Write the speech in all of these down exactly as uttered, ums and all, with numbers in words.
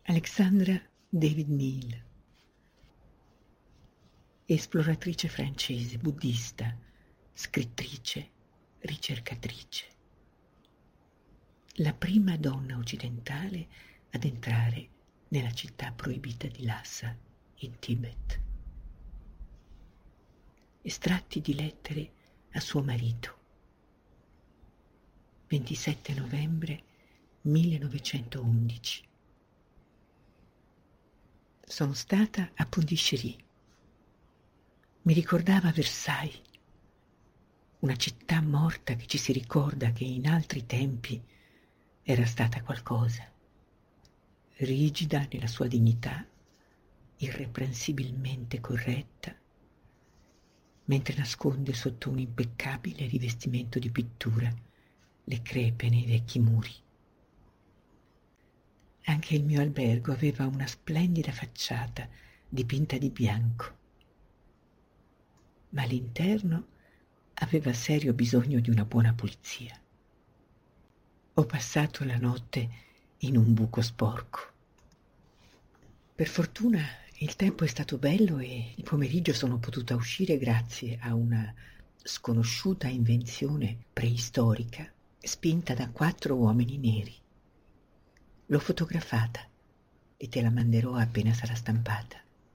Alexandra David Néel, esploratrice francese, buddista, scrittrice, ricercatrice. La prima donna occidentale ad entrare nella città proibita di Lhasa, in Tibet. Estratti di lettere a suo marito. ventisette novembre millenovecentoundici. Sono stata a Pondichéry. Mi ricordava Versailles, una città morta che ci si ricorda che in altri tempi era stata qualcosa, rigida nella sua dignità, irreprensibilmente corretta, mentre nasconde sotto un impeccabile rivestimento di pittura le crepe nei vecchi muri. Anche il mio albergo aveva una splendida facciata dipinta di bianco, ma l'interno aveva serio bisogno di una buona pulizia. Ho passato la notte in un buco sporco. Per fortuna il tempo è stato bello e il pomeriggio sono potuta uscire grazie a una sconosciuta invenzione preistorica spinta da quattro uomini neri. L'ho fotografata e te la manderò appena sarà stampata.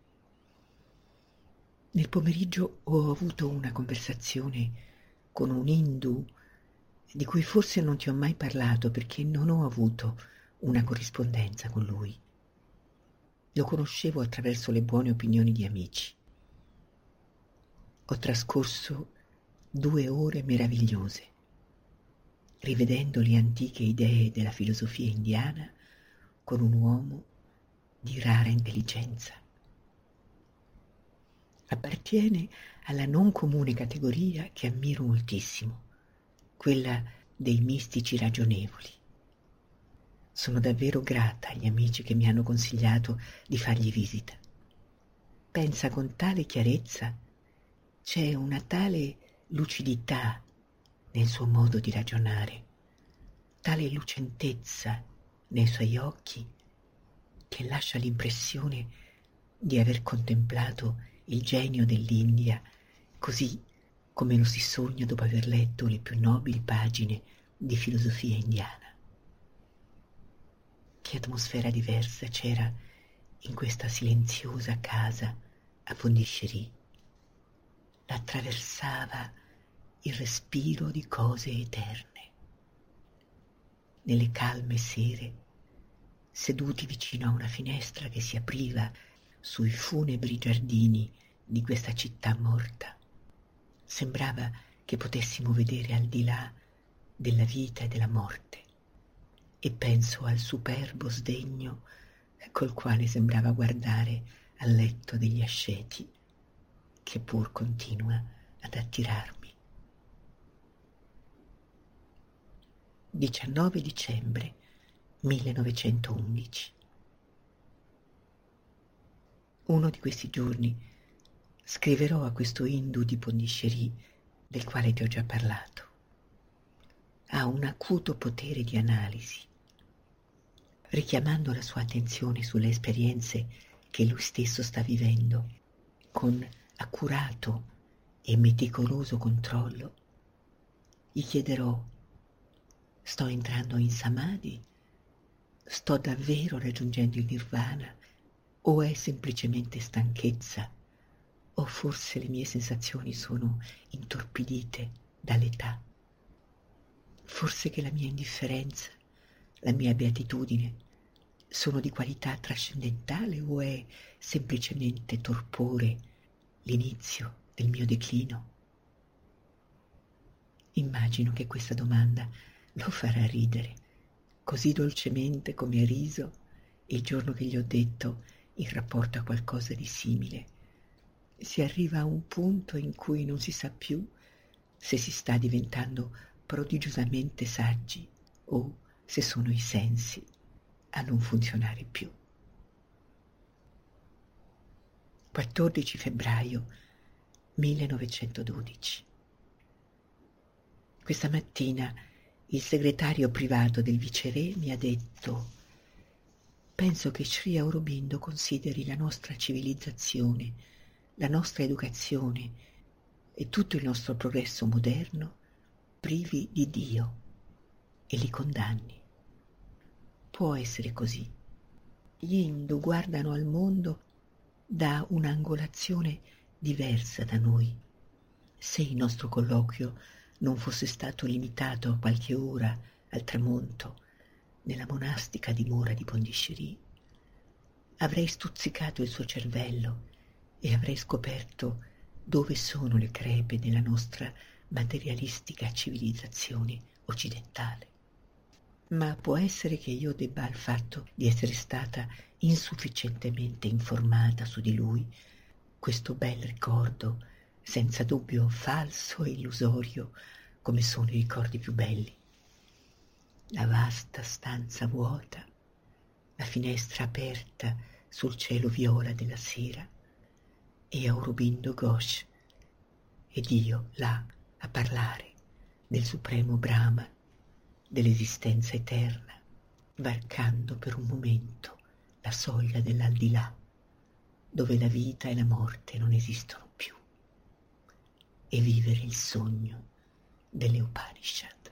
Nel pomeriggio ho avuto una conversazione con un indù di cui forse non ti ho mai parlato perché non ho avuto una corrispondenza con lui. Lo conoscevo attraverso le buone opinioni di amici. Ho trascorso due ore meravigliose, rivedendo le antiche idee della filosofia indiana con un uomo di rara intelligenza. Appartiene alla non comune categoria che ammiro moltissimo, quella dei mistici ragionevoli. Sono davvero grata agli amici che mi hanno consigliato di fargli visita. Pensa con tale chiarezza, c'è una tale lucidità nel suo modo di ragionare, tale lucentezza nei suoi occhi che lascia l'impressione di aver contemplato il genio dell'India così come lo si sogna dopo aver letto le più nobili pagine di filosofia indiana. Che atmosfera diversa c'era in questa silenziosa casa a Pondichéry. La attraversava il respiro di cose eterne. Nelle calme sere, seduti vicino a una finestra che si apriva sui funebri giardini di questa città morta, sembrava che potessimo vedere al di là della vita e della morte, e penso al superbo sdegno col quale sembrava guardare al letto degli asceti, che pur continua ad attirarmi. diciannove dicembre millenovecentoundici. Uno di questi giorni scriverò a questo indù di Pondichéry del quale ti ho già parlato. Ha un acuto potere di analisi, richiamando la sua attenzione sulle esperienze che lui stesso sta vivendo, con accurato e meticoloso controllo. Gli chiederò: sto entrando in samadhi? Sto davvero raggiungendo il nirvana? O è semplicemente stanchezza? O forse le mie sensazioni sono intorpidite dall'età? Forse che la mia indifferenza, la mia beatitudine sono di qualità trascendentale o è semplicemente torpore, l'inizio del mio declino? Immagino che questa domanda lo farà ridere, così dolcemente come ha riso il giorno che gli ho detto in rapporto a qualcosa di simile. Si arriva a un punto in cui non si sa più se si sta diventando prodigiosamente saggi o se sono i sensi a non funzionare più. quattordici febbraio millenovecentododici. Questa mattina il segretario privato del viceré mi ha detto: penso che Sri Aurobindo consideri la nostra civilizzazione, la nostra educazione e tutto il nostro progresso moderno privi di Dio e li condanni. Può essere così. Gli Hindu guardano al mondo da un'angolazione diversa da noi. Se il nostro colloquio non fosse stato limitato a qualche ora al tramonto nella monastica dimora di Pondichéry, avrei stuzzicato il suo cervello e avrei scoperto dove sono le crepe della nostra materialistica civilizzazione occidentale. Ma può essere che io debba al fatto di essere stata insufficientemente informata su di lui questo bel ricordo, senza dubbio falso e illusorio, come sono i ricordi più belli. La vasta stanza vuota, la finestra aperta sul cielo viola della sera, e Aurobindo Ghosh ed io là a parlare del supremo Brahma, dell'esistenza eterna, varcando per un momento la soglia dell'aldilà, dove la vita e la morte non esistono più, e vivere il sogno delle Upanishad.